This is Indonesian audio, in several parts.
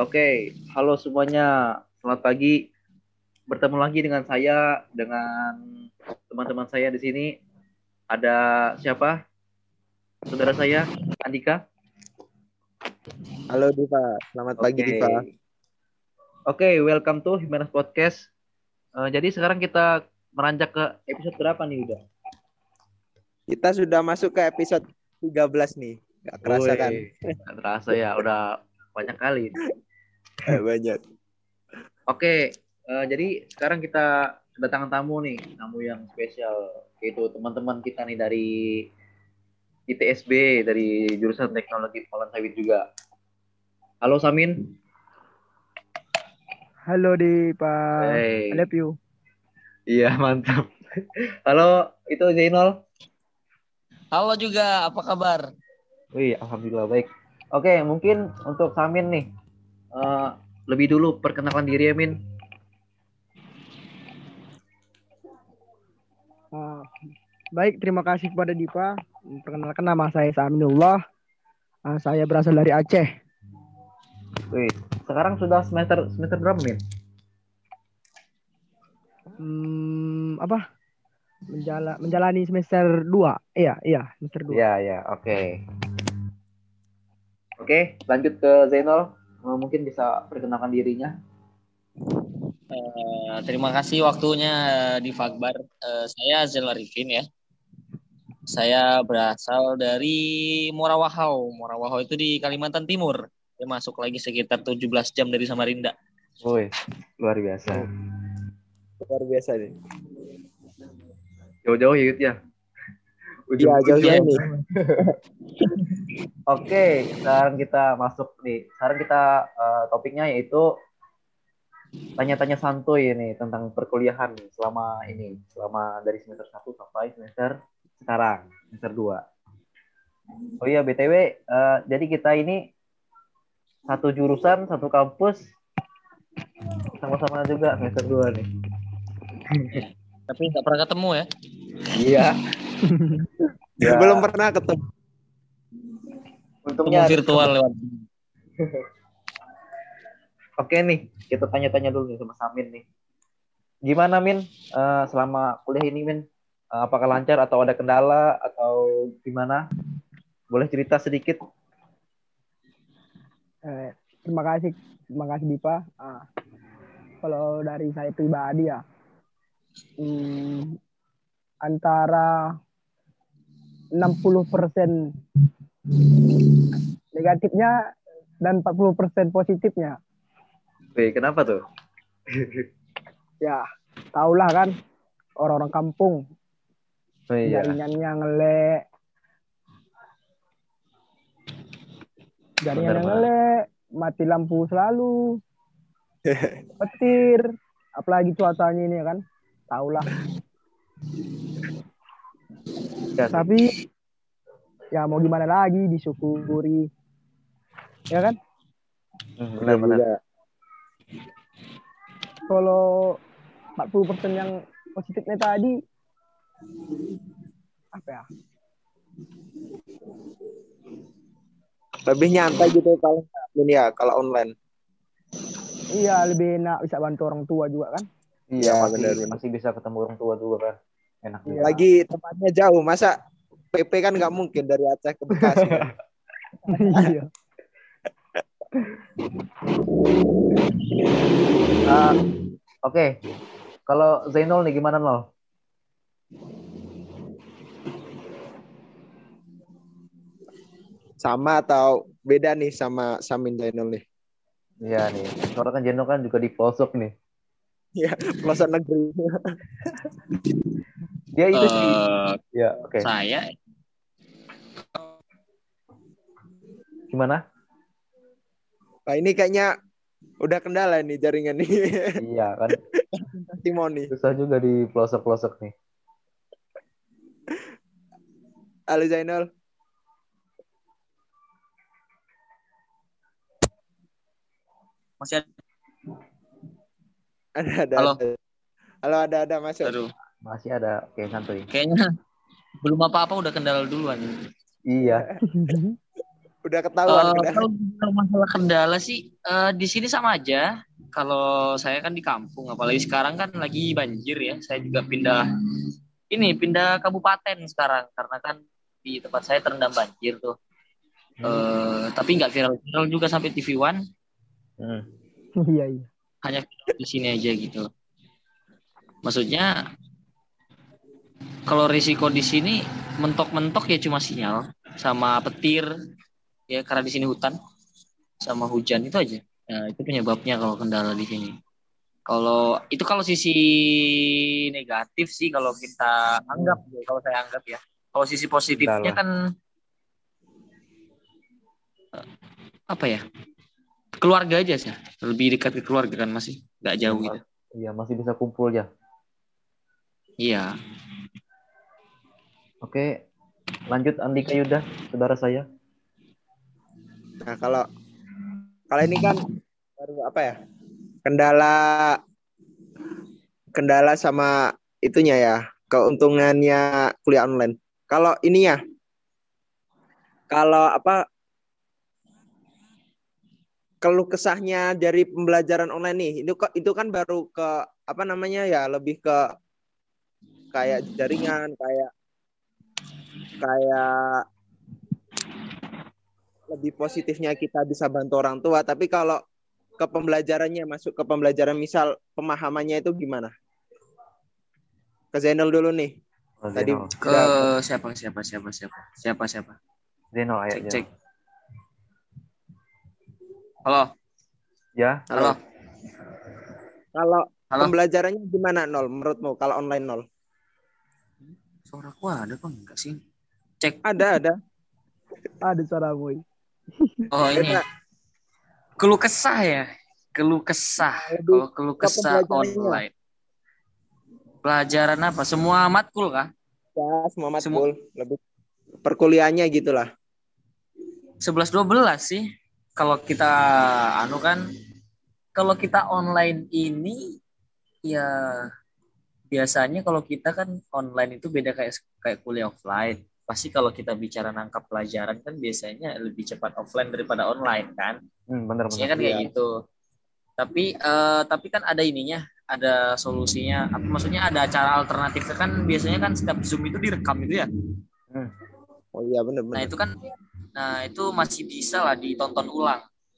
Oke, halo semuanya. Selamat pagi. Bertemu lagi dengan saya, dengan teman-teman saya di sini. Ada siapa? Saudara saya, Andika. Halo Diva, selamat pagi Oke. Diva. Oke, welcome to Himanas Podcast. Jadi sekarang kita meranjak ke episode berapa nih udah? Kita sudah masuk ke episode 13 nih. Gak kerasa kan? Nggak terasa ya, udah banyak kali. Banyak. Oke, jadi sekarang kita kedatangan tamu nih, tamu yang spesial, yaitu teman-teman kita nih dari ITSB, dari jurusan Teknologi Pengolahan Sawit juga. Halo Samin. Halo Dipa, I Hey. love you. Iya, mantap. Halo, itu Zainal. Halo juga, apa kabar? Wih, alhamdulillah baik. Oke, mungkin untuk Samin nih, lebih dulu perkenalkan diri ya, Min. Baik, terima kasih kepada Dipa. Perkenalkan, nama saya Saminullah. Saya berasal dari Aceh. Wih, sekarang sudah semester berapa, Min? Menjalani semester 2. Iya, semester 2. Iya, oke. Oke, lanjut ke Zainal. Mungkin bisa perkenalkan dirinya. Terima kasih waktunya di Fakbar. Saya Zainal Arifin ya. Saya berasal dari Morawahau. Morawahau itu di Kalimantan Timur. Saya masuk lagi sekitar 17 jam dari Samarinda. Wih, luar biasa. Luar biasa nih. Jauh-jauh ya, Yud ya? Iya, jauh-jauh nih. Oke, sekarang kita masuk nih. Sekarang kita topiknya yaitu tanya-tanya santuy ini tentang perkuliahan selama dari semester 1 sampai semester sekarang, semester 2. Oh iya, BTW, jadi kita ini satu jurusan, satu kampus, sama-sama juga semester 2 nih. Tapi nggak pernah ketemu ya? Iya. Ya. Belum pernah ketemu. Untungnya virtual lewat. Oke nih, kita tanya-tanya dulu nih sama Samin nih. Gimana Min selama kuliah ini Min? Apakah lancar atau ada kendala atau gimana? Boleh cerita sedikit? Terima kasih Dipa. Kalau dari saya pribadi ya, antara 60% negatifnya dan 40% positifnya. Wih, kenapa tuh? Ya, tahulah kan orang-orang kampung. Oh, iya. Jaringannya ngelek. Mati lampu selalu. Petir, apalagi cuacanya ini kan. Tahulah. Ya, tapi ya mau gimana lagi, disyukuri. Ya kan? Benar. Kalau 40% yang positifnya tadi apa ya? Lebih nyantai gitu kalau ini ya, kalau online. Iya, lebih enak, bisa bantu orang tua juga kan? Iya, masih bisa ketemu orang tua juga kan. Enak juga. Lagi tempatnya jauh, masa PP kan nggak mungkin dari Aceh ke Bekasi. Kan? Iya. Oke. Kalau Zainul nih gimana lo? Sama atau beda nih sama Samin Zainul nih? Iya nih. Soalnya kan Zainul kan juga di pelosok nih. Iya, pelosok negeri. Dia itu sih. Ya, oke. Saya gimana? Nah, ini kayaknya udah kendala nih jaringan nih. Iya kan. Timoni. Susah juga di pelosok-pelosok nih. Halo Zainul. masih Ada. Halo, ada masuk. Aduh. Masih ada. Oke, santuy. Kayaknya belum apa-apa udah kendala duluan. Iya. Udah ketahuan udah. Kalau masalah kendala sih di sini sama aja. Kalau saya kan di kampung, apalagi sekarang kan lagi banjir ya. Saya juga pindah kabupaten sekarang karena kan di tempat saya terendam banjir tuh. Tapi nggak viral juga sampai TV One. Iya. Hanya di sini aja gitu. Maksudnya kalau risiko di sini mentok-mentok ya cuma sinyal sama petir ya karena di sini hutan sama hujan itu aja. Nah, itu penyebabnya kalau kendala di sini. Kalau sisi negatif sih kalau kita anggap kalau saya anggap ya. Kalau sisi positifnya kan apa ya? Keluarga aja sih. Lebih dekat ke keluarga kan masih nggak jauh gitu. Iya, masih bisa kumpul ya. Iya. Oke, lanjut Andika Yuda, saudara saya. Nah, kalau ini kan baru apa ya? Kendala sama itunya ya, keuntungannya kuliah online. Kalau ininya, kalau apa keluh kesahnya dari pembelajaran online nih, itu kan baru ke apa namanya ya, lebih ke kayak jaringan, kayak lebih positifnya kita bisa bantu orang tua. Tapi kalau ke pembelajarannya, masuk ke pembelajaran misal pemahamannya itu gimana? Ke Zainal dulu nih. Tadi ke siapa? Zainal ayo. Cek. Halo. Ya. Halo. Kalau pembelajarannya gimana Nol menurutmu kalau online Nol? Suaraku ada apa enggak sih? Cek. Ada. Ada suaramu. Oh ini. Keluh kesah ya. Kalau keluh kesah online. Pelajaran apa? Semua matkul kah? Ya, semua matkul. Lebih perkuliahannya gitulah. 11-12 sih. Kalau kita kalau kita online ini ya biasanya kalau kita kan online itu beda kayak kuliah offline. Pasti kalau kita bicara nangkap pelajaran kan biasanya lebih cepat offline daripada online kan. Benar. Kan kayak gitu. Tapi kan ada ininya, ada solusinya. Maksudnya ada cara alternatifnya kan biasanya kan setiap Zoom itu direkam itu ya. Oh iya benar. Nah itu masih bisa lah ditonton ulang.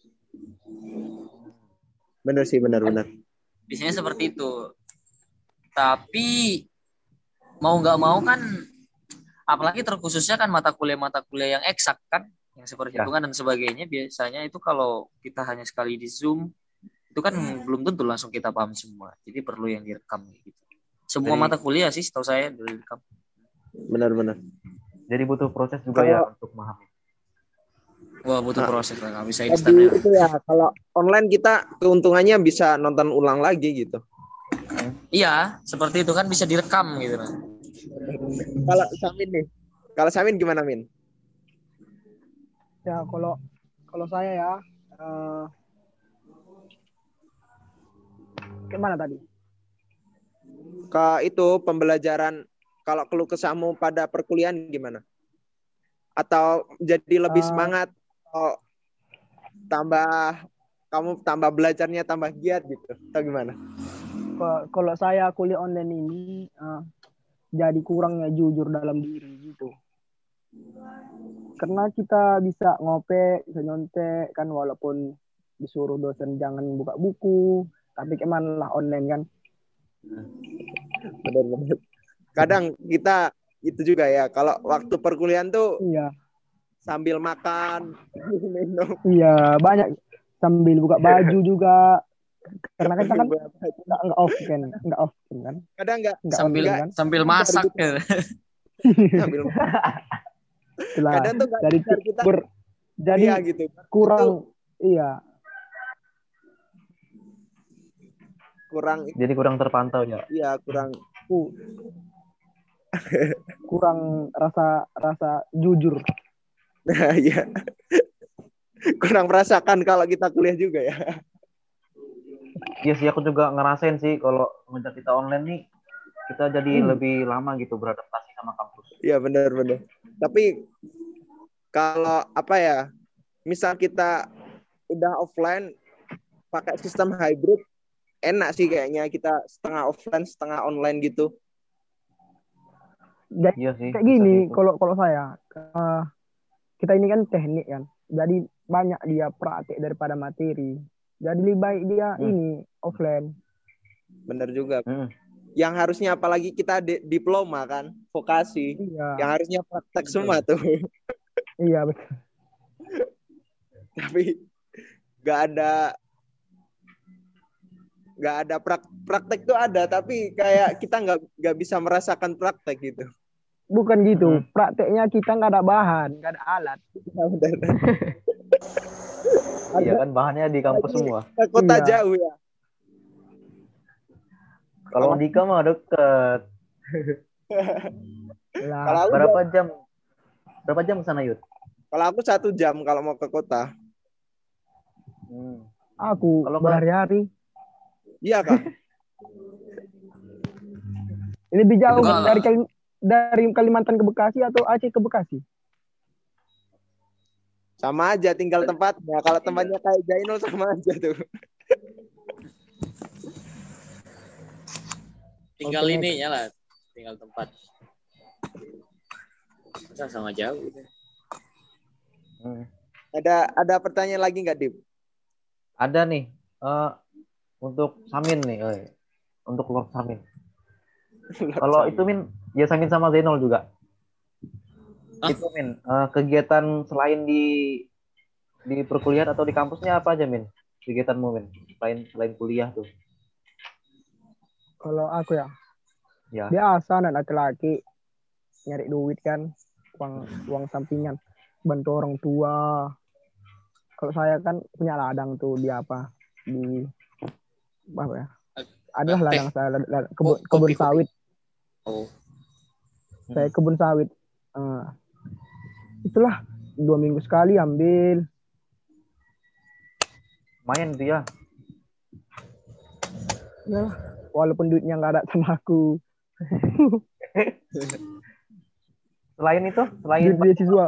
Benar sih, benar. Biasanya seperti itu. Tapi mau nggak mau kan, apalagi terkhususnya kan mata kuliah yang eksak kan, yang seperti hitungan dan sebagainya. Biasanya itu kalau kita hanya sekali di Zoom, itu kan belum tentu langsung kita paham semua. Jadi perlu yang direkam gitu. Semua mata kuliah sih, setahu saya direkam. Benar. Jadi butuh proses juga ya untuk memahami. Wah butuh proses lah, nggak bisa instan ya. Itu ya, kalau online kita keuntungannya bisa nonton ulang lagi gitu. Iya, seperti itu kan bisa direkam gitu. Kalau Samin gimana Min? Ya kalau saya ya, gimana tadi? Itu pembelajaran, kalau keluh kesahmu pada perkuliahan gimana? Atau jadi lebih semangat? Atau kamu tambah belajarnya tambah giat gitu atau gimana? Kalau saya kuliah online ini jadi kurangnya jujur dalam diri gitu. Karena kita bisa ngopek, bisa nyontek kan, walaupun disuruh dosen jangan buka buku, tapi kemana lah online kan. Benar. Kadang kita itu juga ya, kalau waktu perkuliahan tuh sambil makan, minum. Iya, banyak sambil buka baju juga. Karena kan nggak off kan. Kadang nggak sambil masak ya. Sambil kadang tuh dari kita jadi gitu. Kurang jadi kurang terpantau ya. Iya, kurang rasa jujur. Nah, iya. Kurang merasakan kalau kita kuliah juga ya. Iya sih, aku juga ngerasain sih kalau semenjak kita online nih, kita jadi lebih lama gitu beradaptasi sama kampus. Iya benar. Tapi kalau apa ya, misal kita udah offline pakai sistem hybrid, enak sih kayaknya kita setengah offline setengah online gitu. Jadi Iya sih. kayak gini, bisa gitu. kalau saya, kita ini kan teknik kan, jadi banyak dia praktek daripada materi. Jadi lebih baik dia ini offline. Bener juga. Hmm. Yang harusnya apalagi kita diploma kan, vokasi. Iya. Yang harusnya praktek semua tuh. Iya betul. Tapi nggak ada praktek tuh ada, tapi kayak kita nggak bisa merasakan praktek gitu. Bukan gitu, prakteknya kita nggak ada bahan, nggak ada alat. Iya kan bahannya di kampus semua. Ke kota Iya. jauh ya. Kalau Andika mah deket. Lah, Kalau aku Berapa jam? Berapa jam ke sana, Yud? Kalau aku 1 jam kalau mau ke kota. aku Kalau berhari-hari. Iya kan? Ini lebih jauh Itu dari Kalimantan ke Bekasi atau Aceh ke Bekasi? Sama aja tinggal tempatnya. Kalau tempatnya kayak Jainul sama aja tuh. tinggal ininya lah, tinggal tempat. Masa sama jauh. Ada pertanyaan lagi nggak, Dip? Ada nih. Untuk Samin nih. Untuk Lord Samin. Kalau itu Min, ya Samin sama Zainal juga. Itu Min, kegiatan selain di perkuliahan atau di kampusnya apa aja Min? Kegiatanmu Min, selain kuliah tuh. Kalau aku ya, Ya. biasa anak laki-laki nyari duit kan, uang sampingan, bantu orang tua. Kalau saya kan punya ladang tuh di apa ya? Adalah ladang saya, kebun sawit. Oh. Saya kebun sawit. Itulah 2 minggu sekali ambil. Main tuh ya. Ya, walaupun duitnya nggak ada sama aku. Selain itu, selain Duit beasiswa.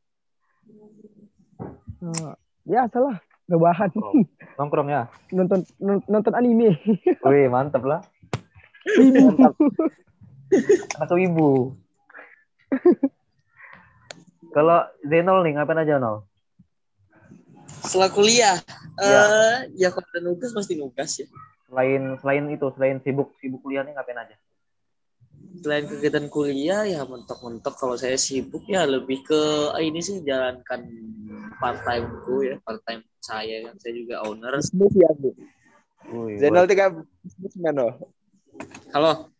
Biasalah, rebahan. nongkrong ya. Nonton anime. Wih, mantep lah. Mantap. Anak ibu. Kalau Zainal nih ngapain aja Nol? Setelah kuliah, ya kalau ada nugas pasti nugas ya. Selain sibuk kuliah nih ngapain aja? Selain kegiatan kuliah ya mentok-mentok kalau saya sibuk ya lebih ke ini sih jalankan part time-ku ya, part time saya kan saya juga owner. Bisnis ya, Bu. Zainal tiga bisnismen loh. Halo.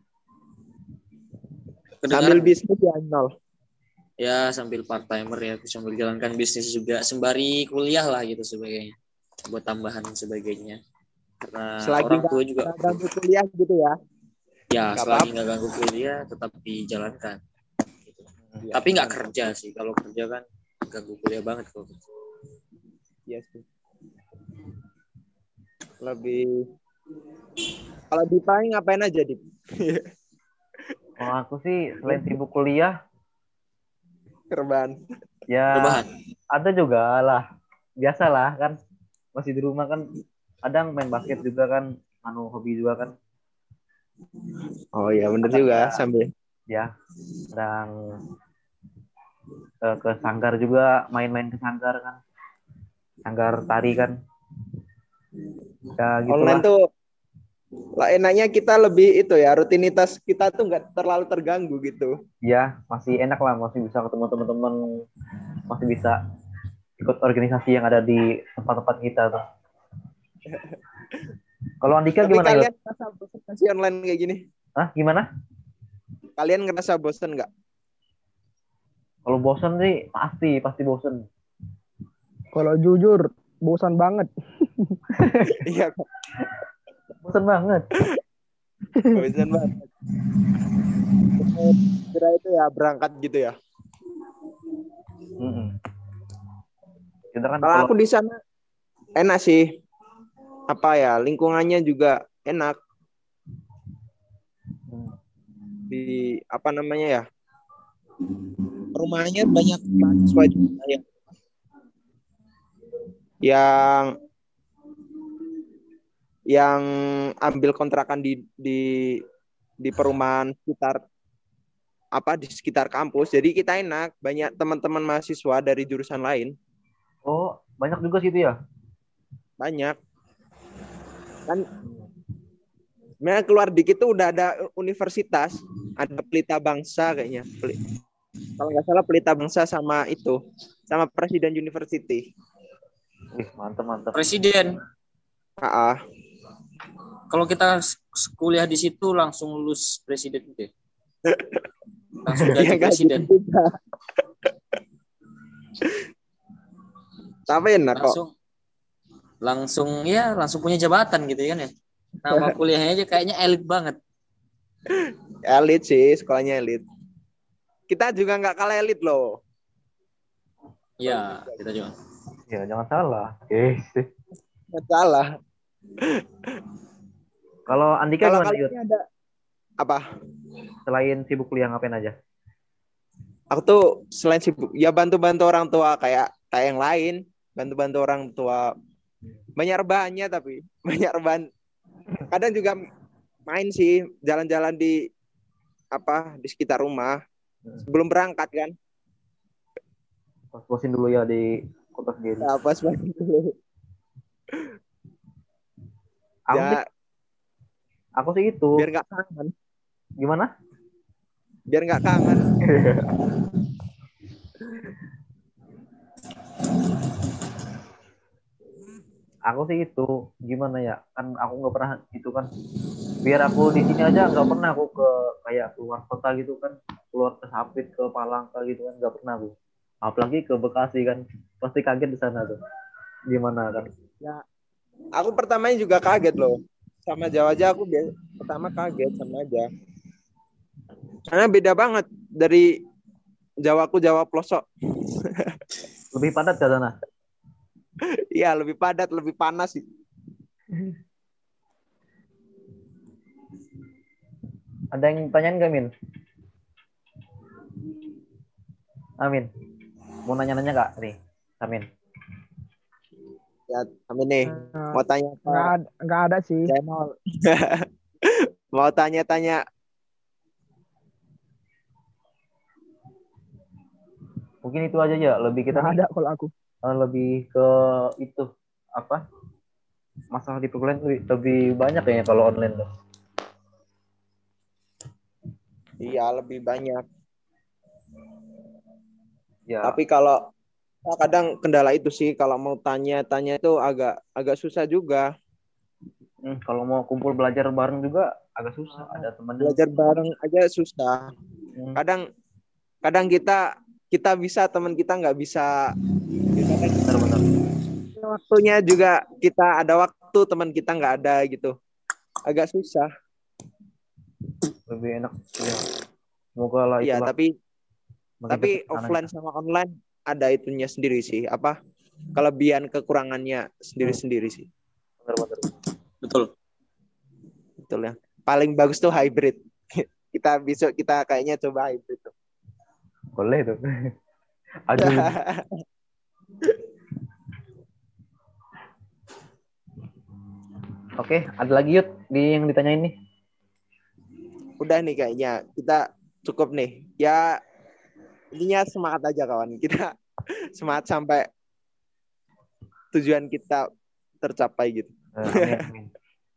Sambil bisnis ya, Nol. Ya sambil part timer ya, sambil jalankan bisnis juga sembari kuliah lah gitu sebagainya, buat tambahan sebagainya. Karena Selagi orang tua juga ganggu kuliah gitu ya. Ya selagi nggak ganggu kuliah tetap dijalankan. Gitu. Ya, tapi nggak kerja sih, kalau kerja kan ganggu kuliah banget kalau kerja. Iya sih. Lebih kalau Dipa ngapain aja, Dip? Oh, aku sih selain sibuk kuliah Kerban. ya Rebahan. ada juga lah, biasalah kan masih di rumah kan, kadang main basket juga kan, hobi juga kan. Oh iya bener juga sambil Ya kadang ke sanggar juga, main-main ke sanggar kan, sanggar tari kan ya gitu online lah. tuh lah, enaknya kita lebih itu ya, rutinitas kita tuh nggak terlalu terganggu gitu. Ya masih enak lah, masih bisa ketemu teman-teman, masih bisa ikut organisasi yang ada di tempat-tempat kita tuh. Kalau Andika Tapi gimana? kalian ngerasa bosan sih online kayak gini? Hah, gimana? Kalian ngerasa bosan nggak? Kalau bosan sih pasti bosan. Kalau jujur, bosan banget. Iya, Bosan banget. bosan banget. Kira itu ya berangkat gitu ya. Kita kan Kalau aku di sana enak sih. Apa ya, lingkungannya juga enak. Di apa namanya ya? Rumahnya banyak mahasiswa juga ya. yang ambil kontrakan di perumahan sekitar di sekitar kampus. Jadi kita enak, banyak teman-teman mahasiswa dari jurusan lain. Oh, banyak juga situ ya? Banyak. Kan sebenarnya keluar dikit tuh udah ada universitas, ada Pelita Bangsa kayaknya. Kalau nggak salah Pelita Bangsa sama Presiden University. Wih, mantap. Presiden. Kalau kita kuliah di situ langsung lulus presiden deh. Langsung jadi presiden. Tapi enak kok. Langsung punya jabatan gitu kan ya. Nama kuliahnya aja kayaknya elit banget. Elit sih, sekolahnya elit. Kita juga nggak kalah elit loh. Iya, kita juga. Ya, jangan salah. Nggak salah. Kalau Andika Kalau gimana, kalian Yud? ada apa? Selain sibuk kuliah ngapain aja? Aku tuh selain sibuk ya bantu-bantu orang tua kayak yang lain, bantu-bantu orang tua. Banyak rebahannya tapi banyak rebahan. Kadang juga main sih, jalan-jalan di sekitar rumah sebelum berangkat kan. Pos-posin dulu ya di kota sendiri. Ya, pas-pasin dulu. Aku sih itu. Biar nggak kangen. Gimana? Biar nggak kangen. Aku sih itu gimana ya, kan aku nggak pernah itu kan, biar aku di sini aja nggak pernah aku ke kayak keluar kota gitu kan, keluar ke Sapit, ke Palangka gitu kan, nggak pernah aku, apalagi ke Bekasi kan, pasti kaget di sana tuh gimana kan. Ya, aku pertamanya juga kaget loh sama Jawa aja, aku pertama kaget sama aja karena beda banget dari Jawa pelosok. Lebih padat ke sana. Iya, lebih padat, lebih panas sih. Ada yang tanyain nggak, Min? Amin. Mau nanya-nanya nggak nih, Amin? Ya, Amin nih. Mau tanya apa? Nggak ada sih. Channel. Mau tanya-tanya. Mungkin itu aja ya. Lebih kita Nggak ada kalau aku. Lebih ke itu masalah di perkuliahan lebih banyak kayaknya kalau online tuh. Iya, lebih banyak. Ya. Tapi kalau kadang kendala itu sih, kalau mau tanya-tanya itu agak susah juga. Kalau mau kumpul belajar bareng juga agak susah. Ada teman belajar bareng aja susah. Kadang kita bisa, teman kita nggak bisa. Benar-benar. Waktunya juga kita ada waktu, teman kita nggak ada gitu. Agak susah. Lebih enak ya. Semoga lah itu. Iya, tapi offline ya. sama online ada itunya sendiri sih. Kelebihan kekurangannya sendiri-sendiri sih. Benar-benar. Betul ya. Paling bagus tuh hybrid. Kita kayaknya coba hybrid tuh. Boleh tuh. Aduh. Oke, ada lagi Yud yang ditanyain nih. Udah nih kayaknya, kita cukup nih. Ya, intinya semangat aja kawan. Kita semangat sampai tujuan kita tercapai gitu. Amin.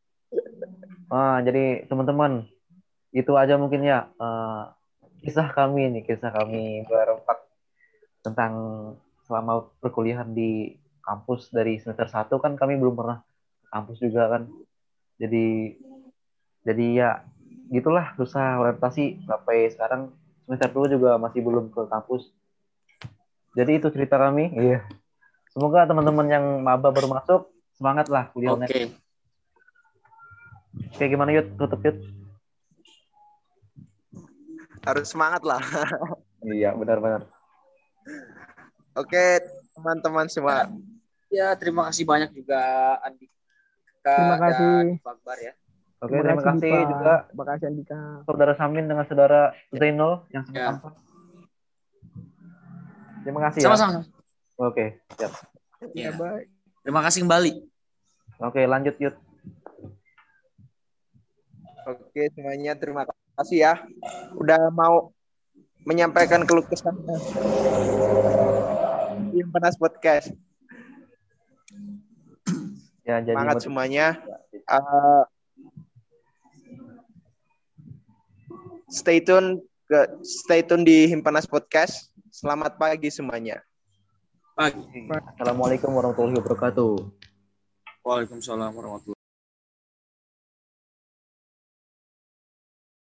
Jadi teman-teman, itu aja mungkin ya kisah kami berempat tentang selama perkuliahan di kampus dari semester 1 kan kami belum pernah kampus juga kan. Jadi ya gitulah, susah orientasi sampai sekarang semester 2 juga masih belum ke kampus. Jadi itu cerita kami. Iya. Semoga teman-teman yang maba baru masuk semangat lah kuliah online. Oke, gimana Yud? Tutup Yud. Harus semangat lah. Iya, benar-benar. Oke, teman-teman semua. Ya, terima kasih banyak juga Andika. Terima kasih. Fakbar ya. Oke, terima kasih juga. Terima kasih Andika. Saudara Samin dengan saudara Zainul yang sangat tampan. Terima kasih Sama-sama. Oke, siap. Ya, baik. Terima kasih kembali. Oke, lanjut Yud. Oke, semuanya terima kasih ya. Udah mau menyampaikan keluh kesah di Himpunas Podcast. Ya, jadi Semangat semuanya. Uh, stay tune di Himpunas Podcast. Selamat pagi semuanya. Pagi. Assalamualaikum warahmatullahi wabarakatuh. Waalaikumsalam warahmatullahi wabarakatuh.